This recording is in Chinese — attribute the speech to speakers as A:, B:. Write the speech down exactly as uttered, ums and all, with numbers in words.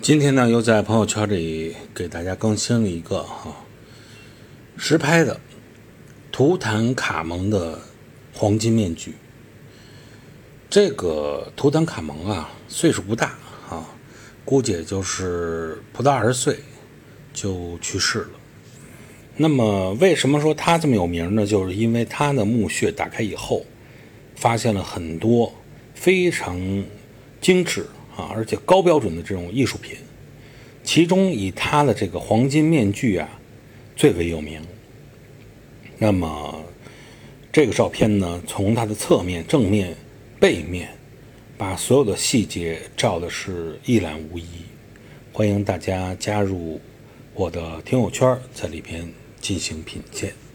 A: 今天呢，又在朋友圈里给大家更新了一个哈、啊、实拍的图坦卡蒙的黄金面具。这个图坦卡蒙啊，岁数不大啊，估计也就是不到二十岁就去世了。那么为什么说他这么有名呢？就是因为他的墓穴打开以后，发现了很多非常精致啊，而且高标准的这种艺术品，其中以他的这个黄金面具啊最为有名。那么这个照片呢，从它的侧面、正面、背面，把所有的细节照的是一览无遗。欢迎大家加入我的听友圈，在里边进行品鉴。